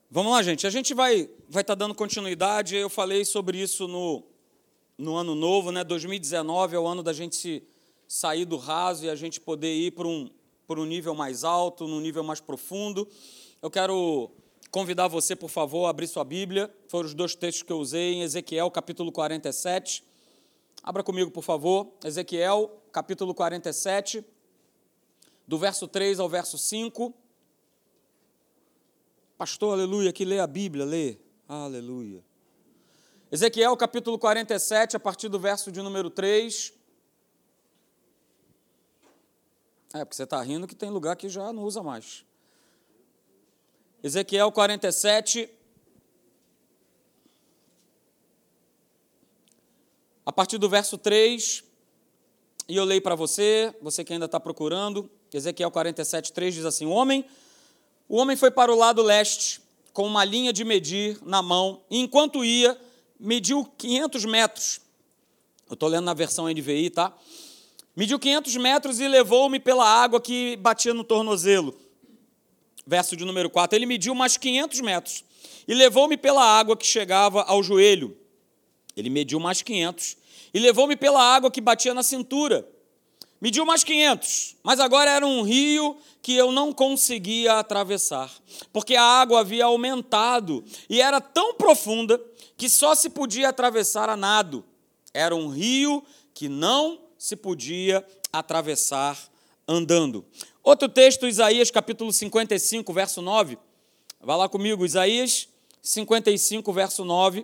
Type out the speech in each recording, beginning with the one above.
Vamos lá, gente. A gente vai estar dando continuidade. Eu falei sobre isso no ano novo, né? 2019 é o ano da gente sair do raso e a gente poder ir para um nível mais alto, num nível mais profundo. Eu quero convidar você, por favor, a abrir sua Bíblia. Foram os dois textos que eu usei em Ezequiel, capítulo 47. Abra comigo, por favor. Ezequiel, capítulo 47, do verso 3 ao verso 5. Pastor, aleluia, que lê a Bíblia, lê. Aleluia. Ezequiel, capítulo 47, a partir do verso de número 3. Porque você está rindo que tem lugar que já não usa mais. Ezequiel 47, a partir do verso 3, e eu leio para você que ainda está procurando. Ezequiel 47, 3 diz assim: O homem foi para o lado leste, com uma linha de medir na mão, e enquanto ia, mediu 500 metros. Eu estou lendo na versão NVI, tá? Mediu 500 metros e levou-me pela água que batia no tornozelo. Verso de número 4. Ele mediu mais 500 metros e levou-me pela água que chegava ao joelho. Ele mediu mais 500 e levou-me pela água que batia na cintura. Mediu mais 500, mas agora era um rio que eu não conseguia atravessar, porque a água havia aumentado e era tão profunda que só se podia atravessar a nado. Era um rio que não se podia atravessar andando. Outro texto, Isaías capítulo 55, verso 9. Vai lá comigo, Isaías 55, verso 9.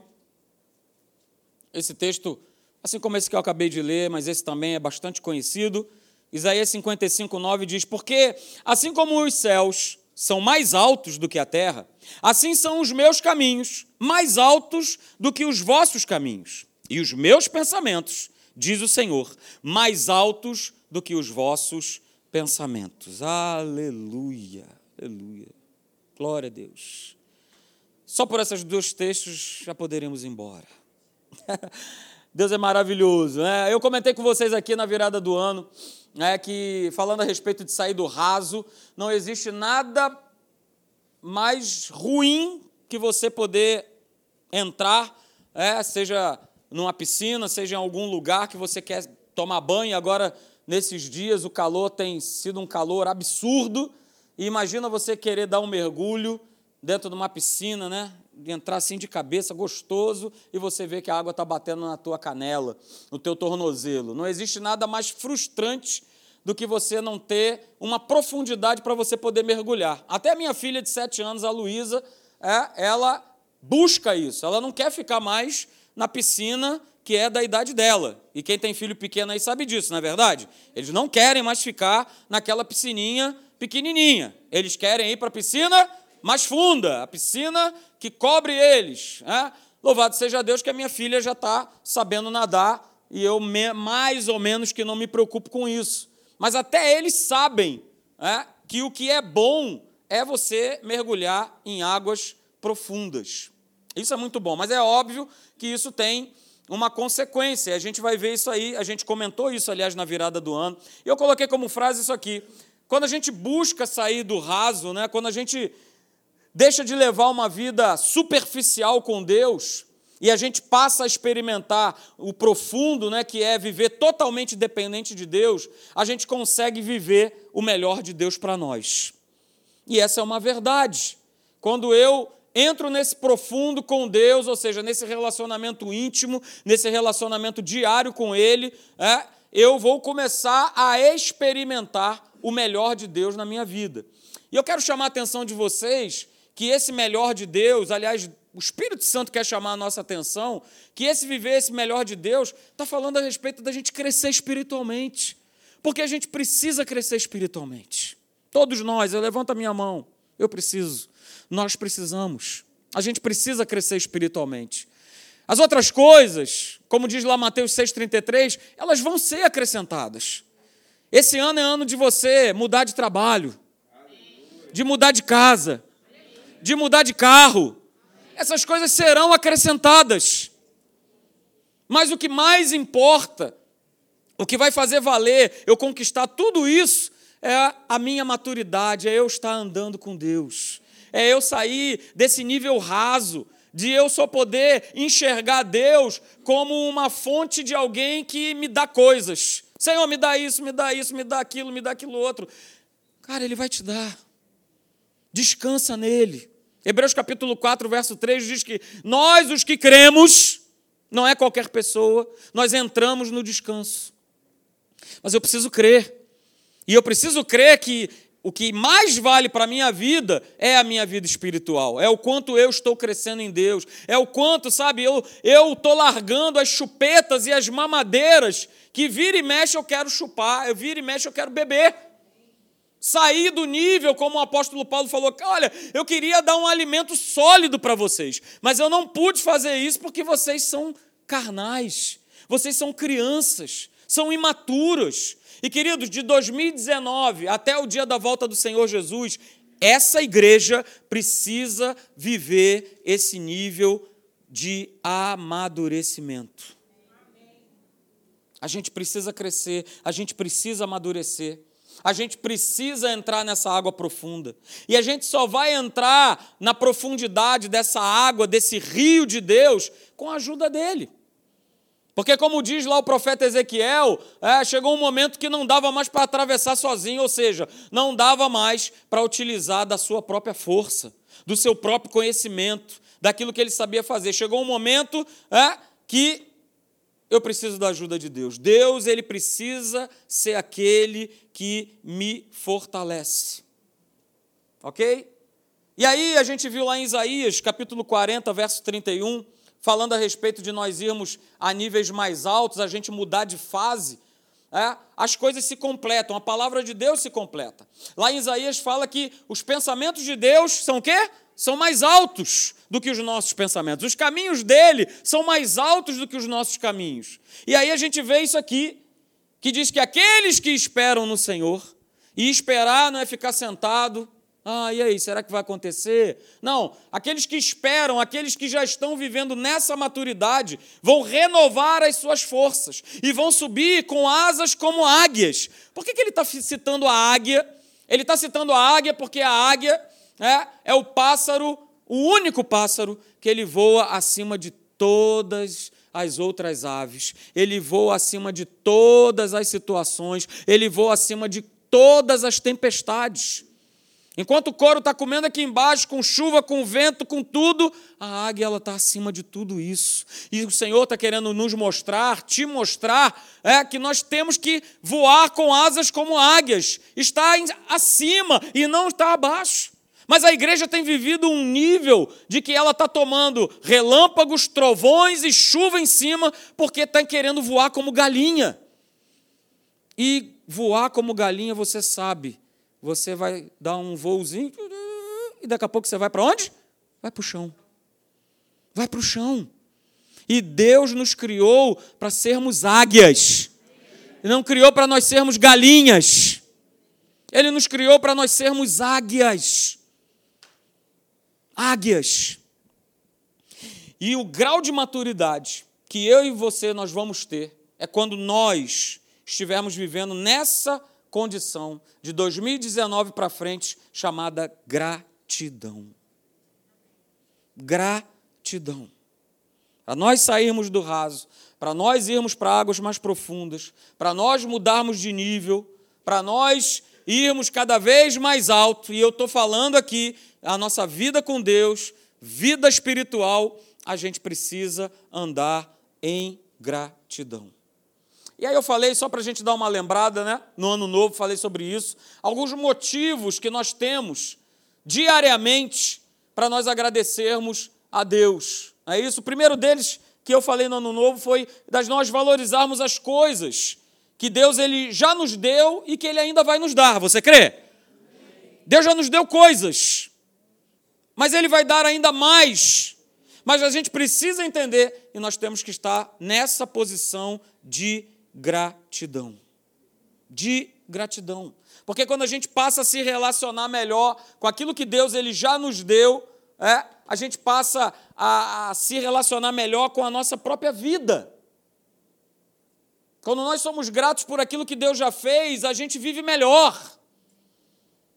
Esse texto, assim como esse que eu acabei de ler, mas esse também é bastante conhecido. Isaías 55, 9 diz: Porque assim como os céus são mais altos do que a terra, assim são os meus caminhos mais altos do que os vossos caminhos, e os meus pensamentos, diz o Senhor, mais altos do que os vossos pensamentos. Aleluia, aleluia. Glória a Deus. Só por esses dois textos já poderemos ir embora. Deus é maravilhoso, né? Eu comentei com vocês aqui na virada do ano, né, que, falando a respeito de sair do raso, não existe nada mais ruim que você poder entrar, seja numa piscina, seja em algum lugar que você quer tomar banho. Agora, nesses dias, o calor tem sido um calor absurdo, e imagina você querer dar um mergulho dentro de uma piscina, né? Entrar assim de cabeça, gostoso, e você vê que a água está batendo na tua canela, no teu tornozelo. Não existe nada mais frustrante do que você não ter uma profundidade para você poder mergulhar. Até a minha filha de 7 anos, a Luísa, ela busca isso. Ela não quer ficar mais na piscina que é da idade dela. E quem tem filho pequeno aí sabe disso, não é verdade? Eles não querem mais ficar naquela piscininha pequenininha. Eles querem ir para a piscina mais funda, a piscina que cobre eles. Louvado seja Deus que a minha filha já está sabendo nadar e eu mais ou menos que não me preocupo com isso. Mas até eles sabem que o que é bom é você mergulhar em águas profundas. Isso é muito bom, mas é óbvio que isso tem uma consequência. A gente vai ver isso aí, a gente comentou isso, aliás, na virada do ano. E eu coloquei como frase isso aqui: quando a gente busca sair do raso, quando a gente deixa de levar uma vida superficial com Deus e a gente passa a experimentar o profundo, que é viver totalmente dependente de Deus, a gente consegue viver o melhor de Deus para nós. E essa é uma verdade. Quando eu entro nesse profundo com Deus, ou seja, nesse relacionamento íntimo, nesse relacionamento diário com Ele, eu vou começar a experimentar o melhor de Deus na minha vida. E eu quero chamar a atenção de vocês que esse melhor de Deus, aliás, o Espírito Santo quer chamar a nossa atenção, que esse viver esse melhor de Deus está falando a respeito da gente crescer espiritualmente, porque a gente precisa crescer espiritualmente. Todos nós, eu levanto a minha mão, eu preciso, nós precisamos, a gente precisa crescer espiritualmente. As outras coisas, como diz lá Mateus 6,33, elas vão ser acrescentadas. Esse ano é ano de você mudar de trabalho, de mudar de casa, de mudar de carro. Essas coisas serão acrescentadas. Mas o que mais importa, o que vai fazer valer eu conquistar tudo isso, é a minha maturidade, é eu estar andando com Deus. é eu sair desse nível raso, de eu só poder enxergar Deus como uma fonte de alguém que me dá coisas. Senhor, me dá isso, me dá isso, me dá aquilo outro. Cara, Ele vai te dar. Descansa nele. Hebreus capítulo 4, verso 3 diz que nós, os que cremos, não é qualquer pessoa, nós entramos no descanso. Mas eu preciso crer. E eu preciso crer que o que mais vale para a minha vida é a minha vida espiritual. É o quanto eu estou crescendo em Deus. É o quanto, sabe, eu estou largando as chupetas e as mamadeiras que vira e mexe eu quero chupar, eu vira e mexe eu quero beber. Sair do nível, como o apóstolo Paulo falou, olha, eu queria dar um alimento sólido para vocês, mas eu não pude fazer isso porque vocês são carnais, vocês são crianças, são imaturos. E, queridos, de 2019 até o dia da volta do Senhor Jesus, essa igreja precisa viver esse nível de amadurecimento. A gente precisa crescer, a gente precisa amadurecer. A gente precisa entrar nessa água profunda. E a gente só vai entrar na profundidade dessa água, desse rio de Deus, com a ajuda dele. Porque, como diz lá o profeta Ezequiel, chegou um momento que não dava mais para atravessar sozinho, ou seja, não dava mais para utilizar da sua própria força, do seu próprio conhecimento, daquilo que ele sabia fazer. Chegou um momento que eu preciso da ajuda de Deus. Deus, Ele precisa ser aquele que me fortalece. Ok? E aí a gente viu lá em Isaías, capítulo 40, verso 31, falando a respeito de nós irmos a níveis mais altos, a gente mudar de fase, as coisas se completam, a palavra de Deus se completa. Lá em Isaías fala que os pensamentos de Deus são o quê? São mais altos do que os nossos pensamentos. Os caminhos dele são mais altos do que os nossos caminhos. E aí a gente vê isso aqui, que diz que aqueles que esperam no Senhor, e esperar não é ficar sentado, e aí, será que vai acontecer? Não, aqueles que esperam, aqueles que já estão vivendo nessa maturidade, vão renovar as suas forças e vão subir com asas como águias. Por que ele está citando a águia? Ele está citando a águia porque a águia é o pássaro, o único pássaro que ele voa acima de todas as outras aves. Ele voa acima de todas as situações. Ele voa acima de todas as tempestades. Enquanto o couro está comendo aqui embaixo, com chuva, com vento, com tudo, a águia está acima de tudo isso. E o Senhor está querendo nos mostrar, te mostrar, que nós temos que voar com asas como águias. Está acima e não está abaixo. Mas a igreja tem vivido um nível de que ela está tomando relâmpagos, trovões e chuva em cima, porque está querendo voar como galinha. E voar como galinha, você sabe, você vai dar um voozinho e daqui a pouco você vai para onde? Vai para o chão. Vai para o chão. E Deus nos criou para sermos águias. Ele não criou para nós sermos galinhas. Ele nos criou para nós sermos águias. Águias. E o grau de maturidade que eu e você nós vamos ter é quando nós estivermos vivendo nessa condição de 2019 para frente, chamada gratidão. Gratidão. Para nós sairmos do raso, para nós irmos para águas mais profundas, para nós mudarmos de nível, para nós irmos cada vez mais alto, e eu estou falando aqui, a nossa vida com Deus, vida espiritual, a gente precisa andar em gratidão. E aí eu falei, só para a gente dar uma lembrada, no Ano Novo, falei sobre isso, alguns motivos que nós temos diariamente para nós agradecermos a Deus. É isso? O primeiro deles que eu falei no Ano Novo foi das nós valorizarmos as coisas que Deus ele já nos deu e que Ele ainda vai nos dar. Você crê? Deus já nos deu coisas, mas Ele vai dar ainda mais. Mas a gente precisa entender e nós temos que estar nessa posição de gratidão. De gratidão. Porque quando a gente passa a se relacionar melhor com aquilo que Deus ele já nos deu, a gente passa a se relacionar melhor com a nossa própria vida. Quando nós somos gratos por aquilo que Deus já fez, a gente vive melhor.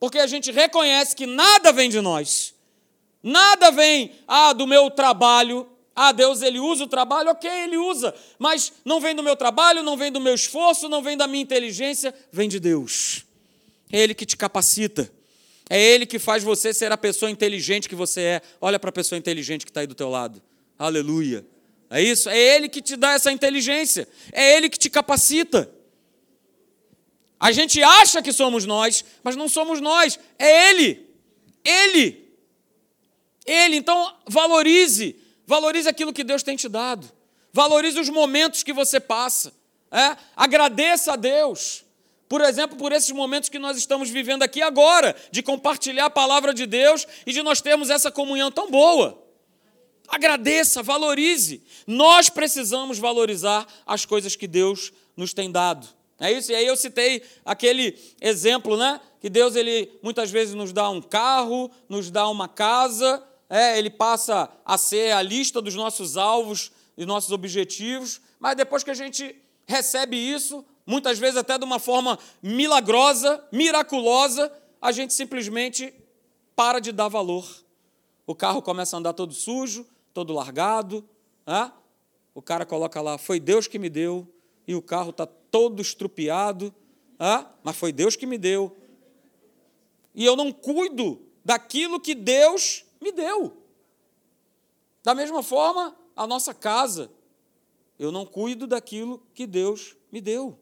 Porque a gente reconhece que nada vem de nós. Nada vem, do meu trabalho. Deus, Ele usa o trabalho, ok, Ele usa. Mas não vem do meu trabalho, não vem do meu esforço, não vem da minha inteligência, vem de Deus. É Ele que te capacita. É Ele que faz você ser a pessoa inteligente que você é. Olha para a pessoa inteligente que está aí do teu lado. Aleluia. É isso? É Ele que te dá essa inteligência. É Ele que te capacita. A gente acha que somos nós, mas não somos nós. É Ele. Ele. Então, valorize aquilo que Deus tem te dado. Valorize os momentos que você passa. Agradeça a Deus. Por exemplo, por esses momentos que nós estamos vivendo aqui agora, de compartilhar a palavra de Deus e de nós termos essa comunhão tão boa. Agradeça, valorize. Nós precisamos valorizar as coisas que Deus nos tem dado. É isso? E aí eu citei aquele exemplo, que Deus, Ele muitas vezes nos dá um carro, nos dá uma casa, Ele passa a ser a lista dos nossos alvos e nossos objetivos, mas depois que a gente recebe isso, muitas vezes até de uma forma milagrosa, miraculosa, a gente simplesmente para de dar valor. O carro começa a andar todo sujo, todo largado, o cara coloca lá, foi Deus que me deu, e o carro está todo estrupiado, mas foi Deus que me deu. E eu não cuido daquilo que Deus me deu. Da mesma forma, a nossa casa, eu não cuido daquilo que Deus me deu.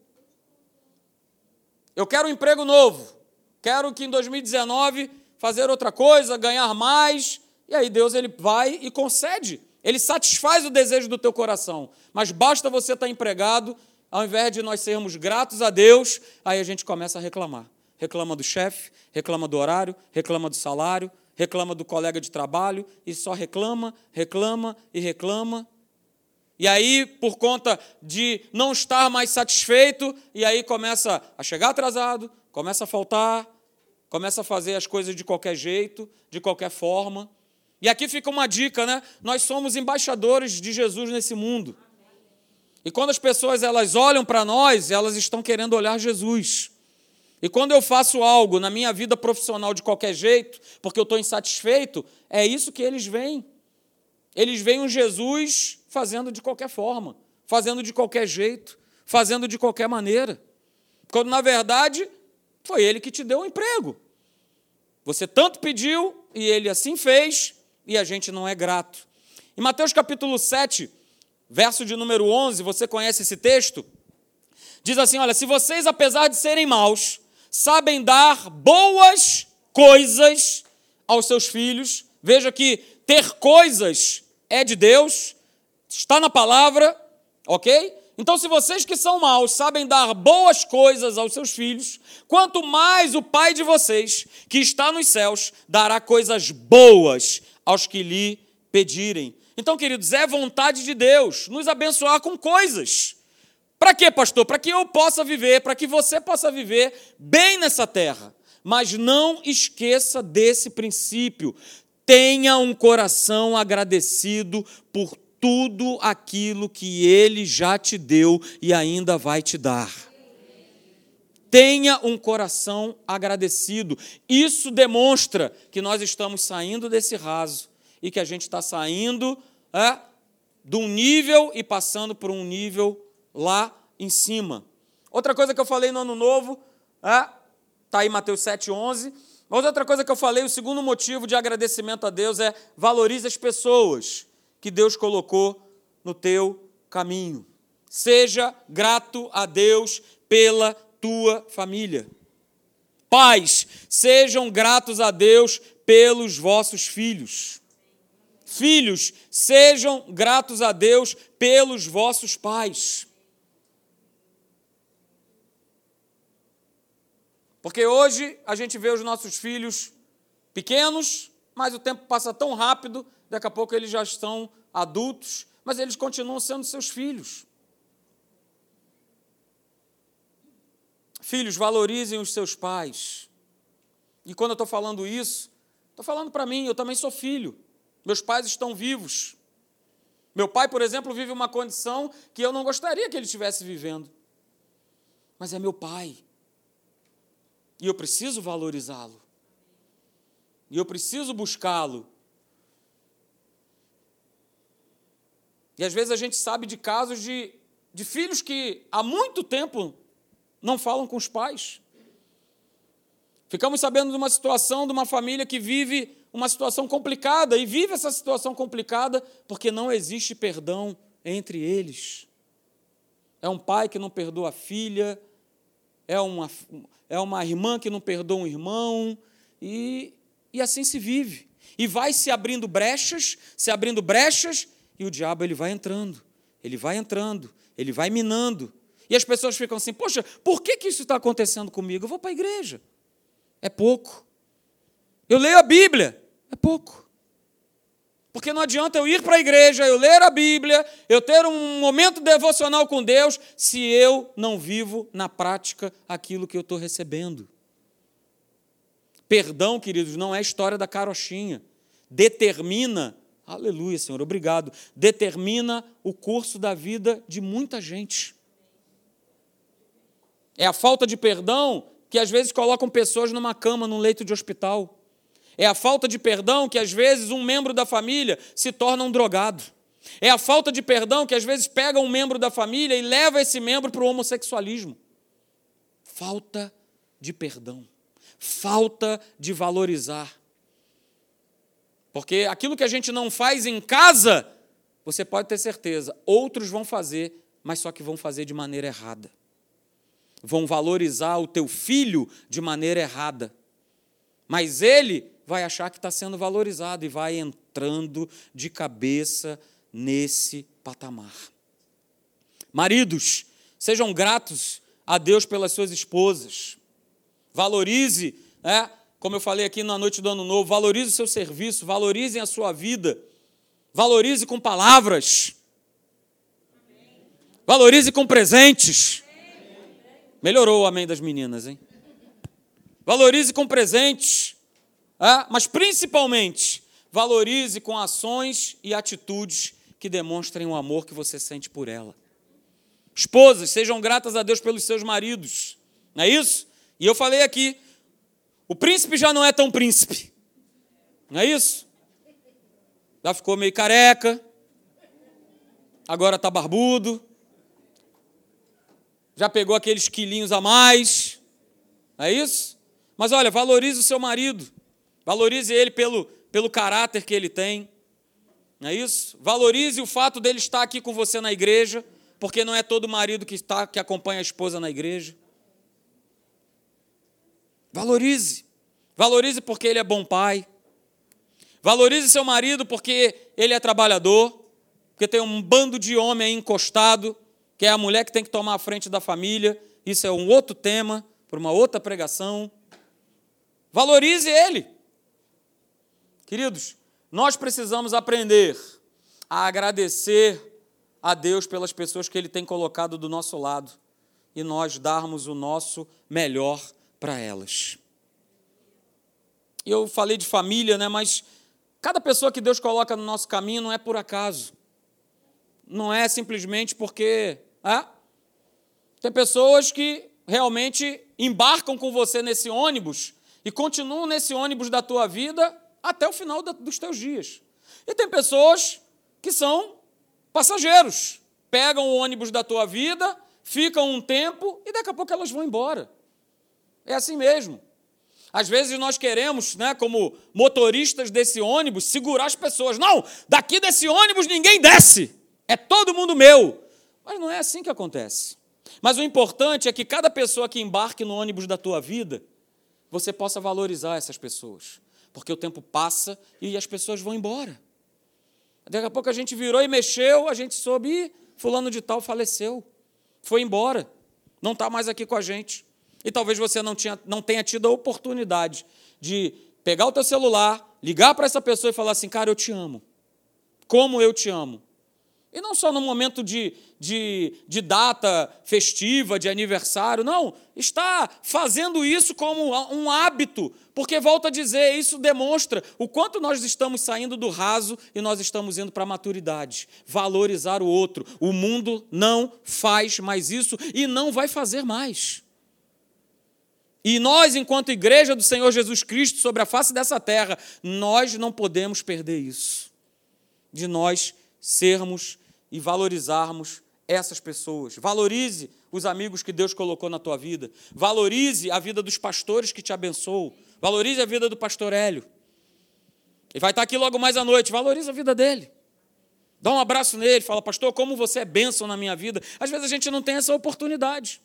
Eu quero um emprego novo, quero que em 2019 fazer outra coisa, ganhar mais, e aí Deus, Ele vai e concede. Ele satisfaz o desejo do teu coração, mas basta você estar empregado. Ao invés de nós sermos gratos a Deus, aí a gente começa a reclamar. Reclama do chefe, reclama do horário, reclama do salário, reclama do colega de trabalho, e só reclama. E aí, por conta de não estar mais satisfeito, e aí começa a chegar atrasado, começa a faltar, começa a fazer as coisas de qualquer jeito, de qualquer forma. E aqui fica uma dica, Nós somos embaixadores de Jesus nesse mundo. E quando as pessoas elas olham para nós, elas estão querendo olhar Jesus. E quando eu faço algo na minha vida profissional de qualquer jeito, porque eu estou insatisfeito, é isso que eles veem. Eles veem um Jesus fazendo de qualquer forma, fazendo de qualquer jeito, fazendo de qualquer maneira. Quando, na verdade, foi Ele que te deu o emprego. Você tanto pediu e Ele assim fez, e a gente não é grato. Em Mateus capítulo 7, verso de número 11, você conhece esse texto? Diz assim, olha, se vocês, apesar de serem maus, sabem dar boas coisas aos seus filhos, veja que ter coisas é de Deus, está na palavra, ok? Então, se vocês que são maus sabem dar boas coisas aos seus filhos, quanto mais o Pai de vocês, que está nos céus, dará coisas boas aos que lhe pedirem. Então, queridos, é vontade de Deus nos abençoar com coisas. Para quê, pastor? Para que eu possa viver, para que você possa viver bem nessa terra. Mas não esqueça desse princípio. Tenha um coração agradecido por tudo aquilo que Ele já te deu e ainda vai te dar. Tenha um coração agradecido. Isso demonstra que nós estamos saindo desse raso e que a gente está saindo de um nível e passando por um nível lá em cima. Outra coisa que eu falei no Ano Novo, está aí Mateus 7,11. Mas outra coisa que eu falei, o segundo motivo de agradecimento a Deus é valorize as pessoas que Deus colocou no teu caminho. Seja grato a Deus pela tua família. Pais, sejam gratos a Deus pelos vossos filhos. Filhos, sejam gratos a Deus pelos vossos pais. Porque hoje a gente vê os nossos filhos pequenos, mas o tempo passa tão rápido, daqui a pouco eles já estão adultos, mas eles continuam sendo seus filhos. Filhos, valorizem os seus pais. E quando eu estou falando isso, estou falando para mim, eu também sou filho. Meus pais estão vivos. Meu pai, por exemplo, vive uma condição que eu não gostaria que ele estivesse vivendo. Mas é meu pai. E eu preciso valorizá-lo. e eu preciso buscá-lo. E às vezes a gente sabe de casos de filhos que há muito tempo não falam com os pais. Ficamos sabendo de uma situação de uma família que vive uma situação complicada, e vive essa situação complicada porque não existe perdão entre eles. É um pai que não perdoa a filha, é uma irmã que não perdoa um irmão, e assim se vive. E vai se abrindo brechas, e o diabo ele vai entrando, ele vai minando. E as pessoas ficam assim, poxa, por que isso está acontecendo comigo? Eu vou para a igreja. É pouco. Eu leio a Bíblia. É pouco. Porque não adianta eu ir para a igreja, eu ler a Bíblia, eu ter um momento devocional com Deus, se eu não vivo na prática aquilo que eu estou recebendo. Perdão, queridos, não é história da carochinha. Determina, aleluia, Senhor, obrigado, determina o curso da vida de muita gente. É a falta de perdão que às vezes colocam pessoas numa cama, num leito de hospital. É a falta de perdão que às vezes um membro da família se torna um drogado. É a falta de perdão que às vezes pega um membro da família e leva esse membro para o homossexualismo. Falta de perdão. Falta de valorizar. Porque aquilo que a gente não faz em casa, você pode ter certeza, outros vão fazer, mas só que vão fazer de maneira errada. Vão valorizar o teu filho de maneira errada. Mas ele vai achar que está sendo valorizado e vai entrando de cabeça nesse patamar. Maridos, sejam gratos a Deus pelas suas esposas. Valorize, como eu falei aqui na noite do Ano Novo, valorize o seu serviço, valorizem a sua vida, valorize com palavras, valorize com presentes. Melhorou o amém das meninas, hein? Valorize com presentes, mas principalmente valorize com ações e atitudes que demonstrem o amor que você sente por ela. Esposas, sejam gratas a Deus pelos seus maridos, não é isso? E eu falei aqui, o príncipe já não é tão príncipe, não é isso? Já ficou meio careca, agora está barbudo, já pegou aqueles quilinhos a mais, não é isso? Mas olha, valorize o seu marido, valorize ele pelo caráter que ele tem, não é isso? Valorize o fato dele estar aqui com você na igreja, porque não é todo marido que acompanha a esposa na igreja. Valorize porque ele é bom pai, valorize seu marido porque ele é trabalhador, porque tem um bando de homem aí encostado, que é a mulher que tem que tomar a frente da família, isso é um outro tema, para uma outra pregação. Valorize ele. Queridos, nós precisamos aprender a agradecer a Deus pelas pessoas que Ele tem colocado do nosso lado e nós darmos o nosso melhor para elas. Eu falei de família, mas cada pessoa que Deus coloca no nosso caminho não é por acaso. Não é simplesmente porque... Tem pessoas que realmente embarcam com você nesse ônibus e continuam nesse ônibus da tua vida até o final dos teus dias. E tem pessoas que são passageiros, pegam o ônibus da tua vida, ficam um tempo e daqui a pouco elas vão embora. É assim mesmo. Às vezes nós queremos, como motoristas desse ônibus, segurar as pessoas. Não, daqui desse ônibus ninguém desce, é todo mundo meu. Mas não é assim que acontece. Mas o importante é que cada pessoa que embarque no ônibus da tua vida, você possa valorizar essas pessoas. Porque o tempo passa e as pessoas vão embora. Daqui a pouco a gente virou e mexeu, a gente soube, fulano de tal faleceu, foi embora, não está mais aqui com a gente. E talvez você não tenha tido a oportunidade de pegar o teu celular, ligar para essa pessoa e falar assim, cara, eu te amo. Como eu te amo. E não só no momento de data festiva, de aniversário, não. Está fazendo isso como um hábito, porque, volto a dizer, isso demonstra o quanto nós estamos saindo do raso e nós estamos indo para a maturidade. Valorizar o outro. O mundo não faz mais isso e não vai fazer mais. E nós, enquanto igreja do Senhor Jesus Cristo, sobre a face dessa terra, nós não podemos perder isso. De nós sermos e valorizarmos essas pessoas. Valorize os amigos que Deus colocou na tua vida. Valorize a vida dos pastores que te abençoam. Valorize a vida do pastor Hélio. Ele vai estar aqui logo mais à noite. Valorize a vida dele. Dá um abraço nele. Fala, pastor, como você é bênção na minha vida. Às vezes a gente não tem essa oportunidade.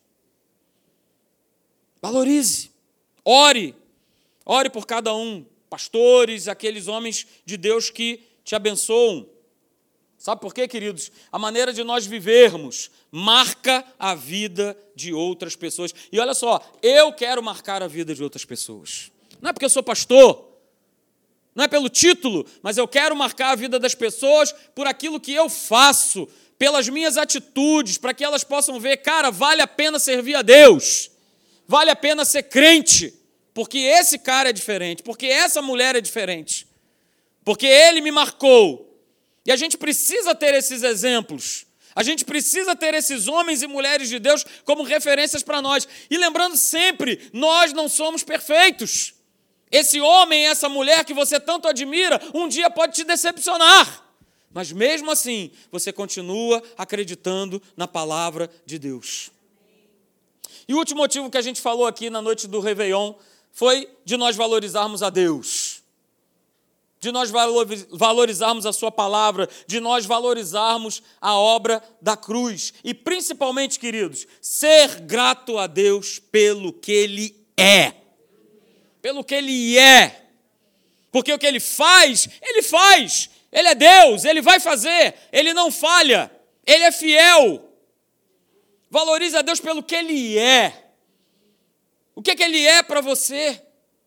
Valorize. Ore. Ore por cada um. Pastores, aqueles homens de Deus que te abençoam. Sabe por quê, queridos? A maneira de nós vivermos marca a vida de outras pessoas. E olha só, eu quero marcar a vida de outras pessoas. Não é porque eu sou pastor, não é pelo título, mas eu quero marcar a vida das pessoas por aquilo que eu faço, pelas minhas atitudes, para que elas possam ver, cara, vale a pena servir a Deus, vale a pena ser crente, porque esse cara é diferente, porque essa mulher é diferente, porque ele me marcou. E a gente precisa ter esses exemplos. A gente precisa ter esses homens e mulheres de Deus como referências para nós. E lembrando sempre, nós não somos perfeitos. Esse homem, essa mulher que você tanto admira, um dia pode te decepcionar. Mas mesmo assim, você continua acreditando na palavra de Deus. E o último motivo que a gente falou aqui na noite do Réveillon foi de nós valorizarmos a Deus. De nós valorizarmos a sua palavra, de nós valorizarmos a obra da cruz. E principalmente, queridos, ser grato a Deus pelo que Ele é. Pelo que Ele é. Porque o que Ele faz, Ele faz. Ele é Deus, Ele vai fazer, Ele não falha, Ele é fiel. Valorize a Deus pelo que Ele é. O que Ele é para você?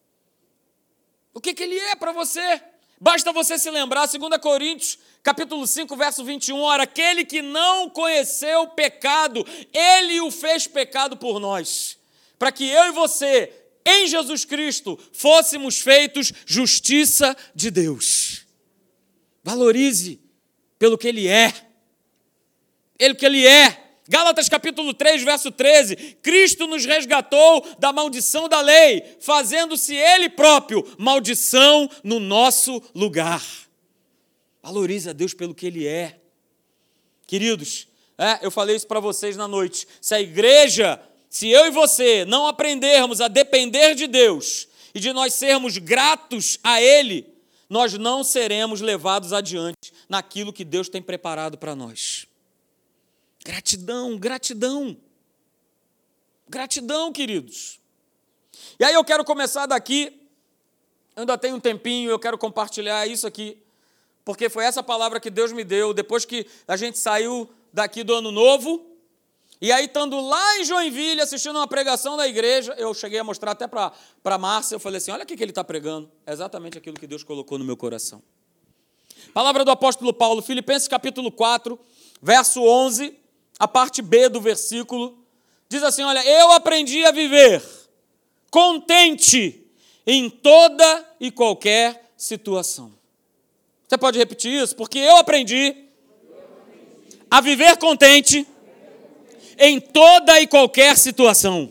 O que Ele é para você? Basta você se lembrar, 2 Coríntios, capítulo 5, verso 21, ora, aquele que não conheceu o pecado, Ele o fez pecado por nós, para que eu e você, em Jesus Cristo, fôssemos feitos justiça de Deus. Valorize pelo que Ele é. Pelo que Ele é. Gálatas capítulo 3, verso 13, Cristo nos resgatou da maldição da lei, fazendo-se Ele próprio maldição no nosso lugar. Valorize a Deus pelo que Ele é. Queridos, eu falei isso para vocês na noite, se a igreja, se eu e você não aprendermos a depender de Deus e de nós sermos gratos a Ele, nós não seremos levados adiante naquilo que Deus tem preparado para nós. Gratidão, gratidão. Gratidão, queridos. E aí eu quero começar daqui, eu ainda tenho um tempinho, eu quero compartilhar isso aqui, porque foi essa palavra que Deus me deu, depois que a gente saiu daqui do Ano Novo, e aí estando lá em Joinville, assistindo uma pregação da igreja, eu cheguei a mostrar até para a Márcia, eu falei assim, olha o que ele está pregando, é exatamente aquilo que Deus colocou no meu coração. Palavra do apóstolo Paulo, Filipenses capítulo 4, verso 11, a parte B do versículo, diz assim, olha, eu aprendi a viver contente em toda e qualquer situação. Você pode repetir isso? Porque eu aprendi a viver contente em toda e qualquer situação.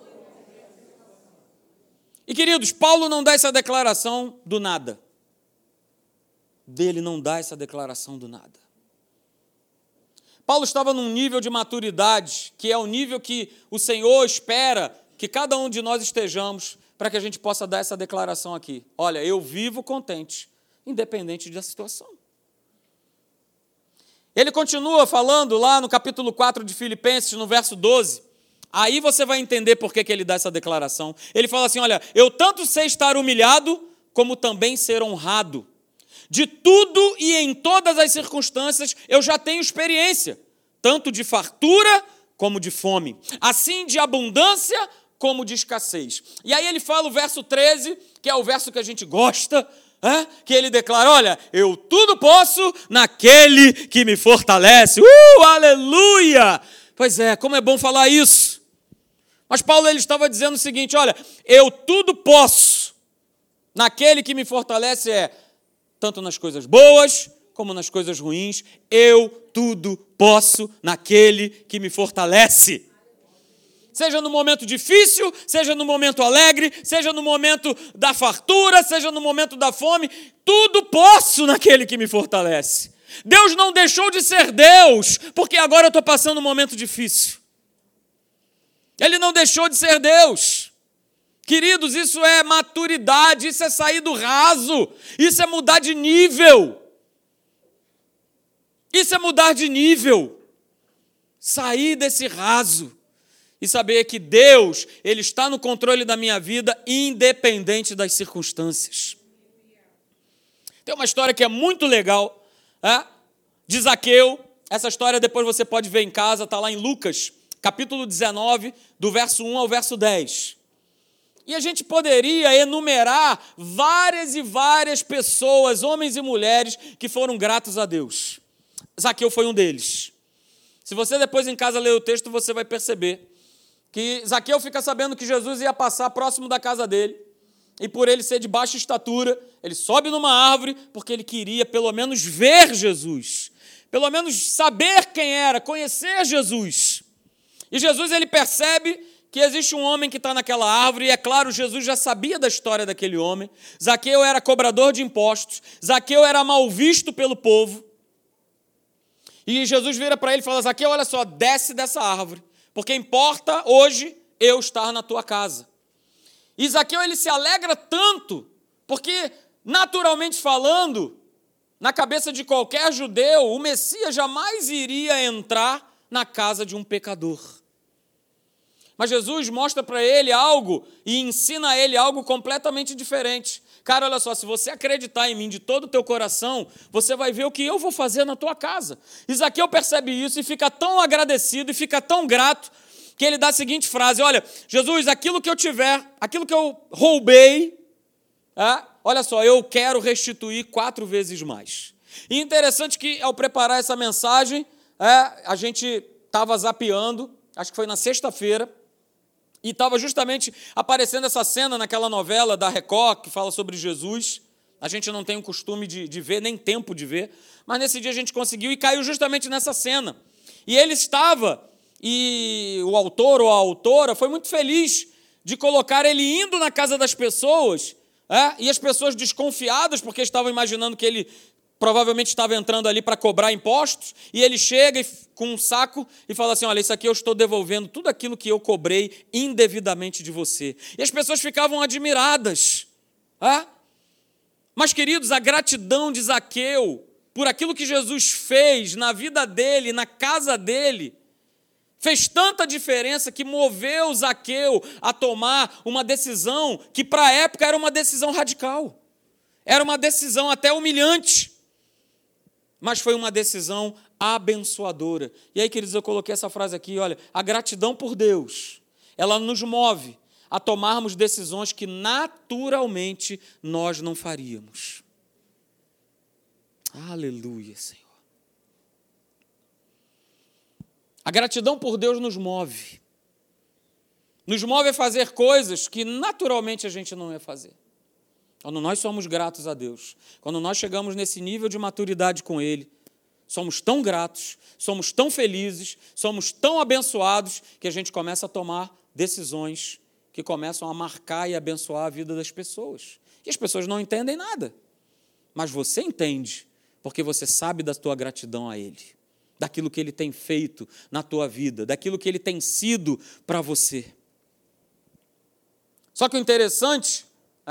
E, queridos, Paulo não dá essa declaração do nada. Dele não dá essa declaração do nada. Paulo estava num nível de maturidade, que é o nível que o Senhor espera que cada um de nós estejamos, para que a gente possa dar essa declaração aqui. Olha, eu vivo contente, independente da situação. Ele continua falando lá no capítulo 4 de Filipenses, no verso 12. Aí você vai entender por que ele dá essa declaração. Ele fala assim, olha, eu tanto sei estar humilhado, como também ser honrado. De tudo e em todas as circunstâncias eu já tenho experiência, tanto de fartura como de fome, assim de abundância como de escassez. E aí ele fala o verso 13, que é o verso que a gente gosta, que ele declara, olha, eu tudo posso naquele que me fortalece. Aleluia! Pois é, como é bom falar isso. Mas Paulo ele estava dizendo o seguinte, olha, eu tudo posso naquele que me fortalece tanto nas coisas boas como nas coisas ruins, eu tudo posso naquele que me fortalece. Seja no momento difícil, seja no momento alegre, seja no momento da fartura, seja no momento da fome, tudo posso naquele que me fortalece. Deus não deixou de ser Deus, porque agora eu estou passando um momento difícil. Ele não deixou de ser Deus. Queridos, isso é maturidade, isso é sair do raso, isso é mudar de nível. Isso é mudar de nível. Sair desse raso e saber que Deus, Ele está no controle da minha vida, independente das circunstâncias. Tem uma história que é muito legal, de Zaqueu. Essa história depois você pode ver em casa, está lá em Lucas, capítulo 19, do verso 1 ao verso 10. E a gente poderia enumerar várias e várias pessoas, homens e mulheres, que foram gratos a Deus. Zaqueu foi um deles. Se você depois em casa ler o texto, você vai perceber que Zaqueu fica sabendo que Jesus ia passar próximo da casa dele, e por ele ser de baixa estatura, ele sobe numa árvore, porque ele queria pelo menos ver Jesus, pelo menos saber quem era, conhecer Jesus. E Jesus, ele percebe que existe um homem que está naquela árvore, e é claro, Jesus já sabia da história daquele homem. Zaqueu era cobrador de impostos, Zaqueu era mal visto pelo povo, e Jesus vira para ele e fala: Zaqueu, olha só, desce dessa árvore, porque importa hoje eu estar na tua casa. E Zaqueu, ele se alegra tanto, porque, naturalmente falando, na cabeça de qualquer judeu, o Messias jamais iria entrar na casa de um pecador. Mas Jesus mostra para ele algo e ensina a ele algo completamente diferente. Cara, olha só, se você acreditar em mim de todo o teu coração, você vai ver o que eu vou fazer na tua casa. E Zaqueu percebe isso e fica tão agradecido e fica tão grato, que ele dá a seguinte frase: olha, Jesus, aquilo que eu tiver, aquilo que eu roubei, olha só, eu quero restituir 4 vezes mais. E interessante que ao preparar essa mensagem, a gente estava zapeando, acho que foi na sexta-feira, e estava justamente aparecendo essa cena naquela novela da Record, que fala sobre Jesus. A gente não tem o costume de ver, nem tempo de ver, mas nesse dia a gente conseguiu e caiu justamente nessa cena. E ele estava, e o autor ou a autora foi muito feliz de colocar ele indo na casa das pessoas, e as pessoas desconfiadas, porque estavam imaginando que ele provavelmente estava entrando ali para cobrar impostos, e ele chega com um saco e fala assim: olha, isso aqui eu estou devolvendo tudo aquilo que eu cobrei indevidamente de você. E as pessoas ficavam admiradas. Mas, queridos, a gratidão de Zaqueu por aquilo que Jesus fez na vida dele, na casa dele, fez tanta diferença que moveu Zaqueu a tomar uma decisão que para a época era uma decisão radical. Era uma decisão até humilhante, mas foi uma decisão abençoadora. E aí, queridos, eu coloquei essa frase aqui, olha, a gratidão por Deus, ela nos move a tomarmos decisões que naturalmente nós não faríamos. Aleluia, Senhor. A gratidão por Deus nos move a fazer coisas que naturalmente a gente não ia fazer. Quando nós somos gratos a Deus, quando nós chegamos nesse nível de maturidade com Ele, somos tão gratos, somos tão felizes, somos tão abençoados, que a gente começa a tomar decisões que começam a marcar e abençoar a vida das pessoas. E as pessoas não entendem nada, mas você entende, porque você sabe da tua gratidão a Ele, daquilo que Ele tem feito na tua vida, daquilo que Ele tem sido para você. Só que o interessante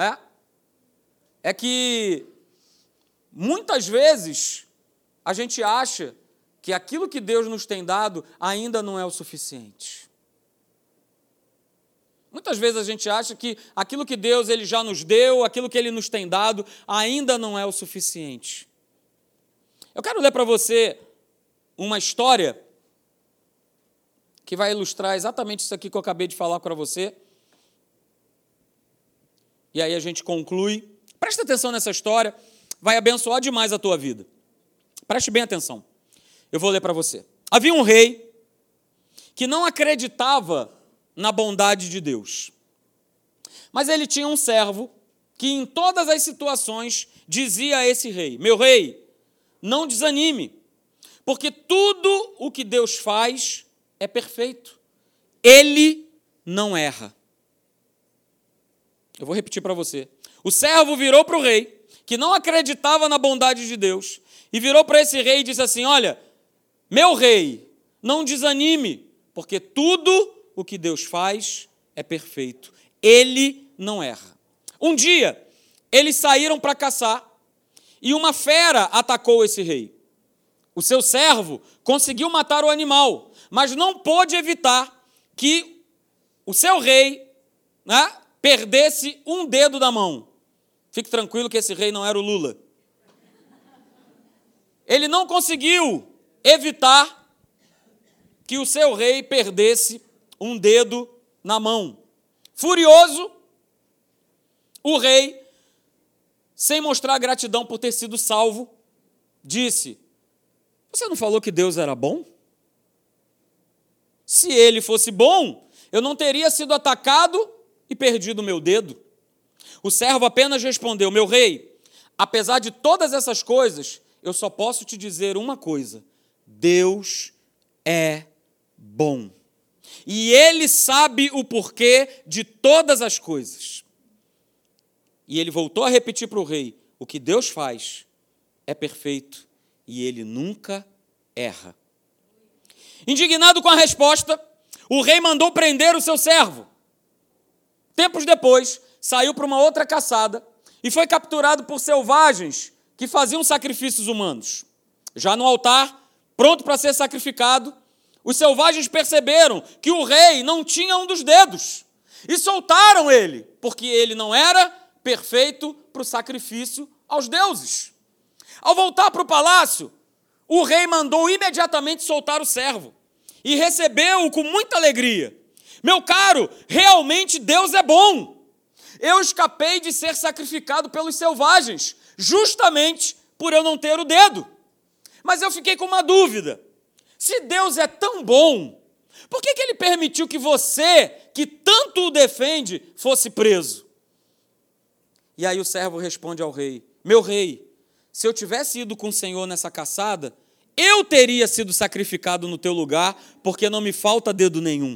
é que muitas vezes a gente acha que aquilo que Deus nos tem dado ainda não é o suficiente. Muitas vezes a gente acha que aquilo que Deus ele já nos deu, aquilo que Ele nos tem dado, ainda não é o suficiente. Eu quero ler para você uma história que vai ilustrar exatamente isso aqui que eu acabei de falar para você. E aí a gente conclui. Presta atenção nessa história, vai abençoar demais a tua vida. Preste bem atenção. Eu vou ler para você. Havia um rei que não acreditava na bondade de Deus. Mas ele tinha um servo que em todas as situações dizia a esse rei: meu rei, não desanime, porque tudo o que Deus faz é perfeito. Ele não erra. Eu vou repetir para você. O servo virou para o rei, que não acreditava na bondade de Deus, e virou para esse rei e disse assim: olha, meu rei, não desanime, porque tudo o que Deus faz é perfeito. Ele não erra. Um dia, eles saíram para caçar, e uma fera atacou esse rei. O seu servo conseguiu matar o animal, mas não pôde evitar que o seu rei, perdesse um dedo da mão. Fique tranquilo que esse rei não era o Lula. Ele não conseguiu evitar que o seu rei perdesse um dedo na mão. Furioso, o rei, sem mostrar gratidão por ter sido salvo, disse: você não falou que Deus era bom? Se ele fosse bom, eu não teria sido atacado e perdido o meu dedo. O servo apenas respondeu: meu rei, apesar de todas essas coisas, eu só posso te dizer uma coisa: Deus é bom. E Ele sabe o porquê de todas as coisas. E ele voltou a repetir para o rei: o que Deus faz é perfeito e Ele nunca erra. Indignado com a resposta, o rei mandou prender o seu servo. Tempos depois, saiu para uma outra caçada e foi capturado por selvagens que faziam sacrifícios humanos. Já no altar, pronto para ser sacrificado, os selvagens perceberam que o rei não tinha um dos dedos e soltaram ele, porque ele não era perfeito para o sacrifício aos deuses. Ao voltar para o palácio, o rei mandou imediatamente soltar o servo e recebeu-o com muita alegria. Meu caro, realmente Deus é bom. Eu escapei de ser sacrificado pelos selvagens, justamente por eu não ter o dedo. Mas eu fiquei com uma dúvida. Se Deus é tão bom, por que Ele permitiu que você, que tanto o defende, fosse preso? E aí o servo responde ao rei: meu rei, se eu tivesse ido com o Senhor nessa caçada, eu teria sido sacrificado no teu lugar, porque não me falta dedo nenhum.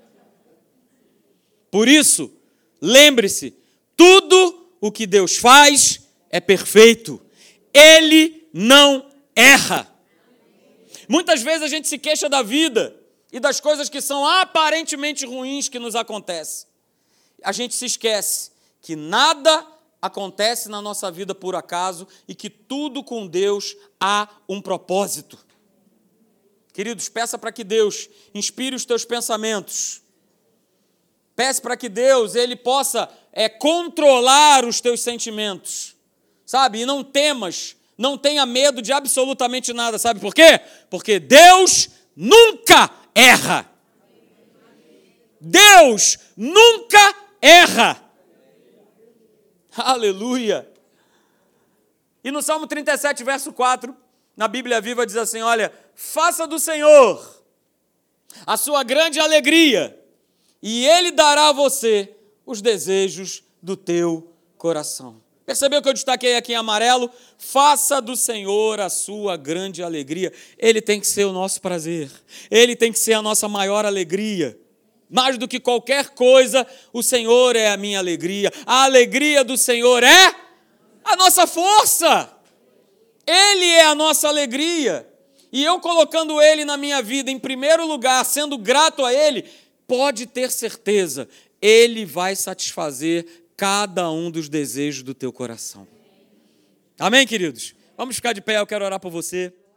Por isso, lembre-se, tudo o que Deus faz é perfeito. Ele não erra. Muitas vezes a gente se queixa da vida e das coisas que são aparentemente ruins que nos acontecem. A gente se esquece que nada acontece na nossa vida por acaso e que tudo com Deus há um propósito. Queridos, peça para que Deus inspire os teus pensamentos. Peça para que Deus ele possa controlar os teus sentimentos. Sabe? E não temas, não tenha medo de absolutamente nada. Sabe por quê? Porque Deus nunca erra. Deus nunca erra. Aleluia! E no Salmo 37, verso 4, na Bíblia Viva diz assim: olha, faça do Senhor a sua grande alegria, e Ele dará a você os desejos do teu coração. Percebeu que eu destaquei aqui em amarelo? Faça do Senhor a sua grande alegria. Ele tem que ser o nosso prazer. Ele tem que ser a nossa maior alegria. Mais do que qualquer coisa, o Senhor é a minha alegria. A alegria do Senhor é a nossa força. Ele é a nossa alegria. E eu colocando Ele na minha vida em primeiro lugar, sendo grato a Ele, pode ter certeza, Ele vai satisfazer cada um dos desejos do teu coração. Amém, queridos? Vamos ficar de pé, eu quero orar por você.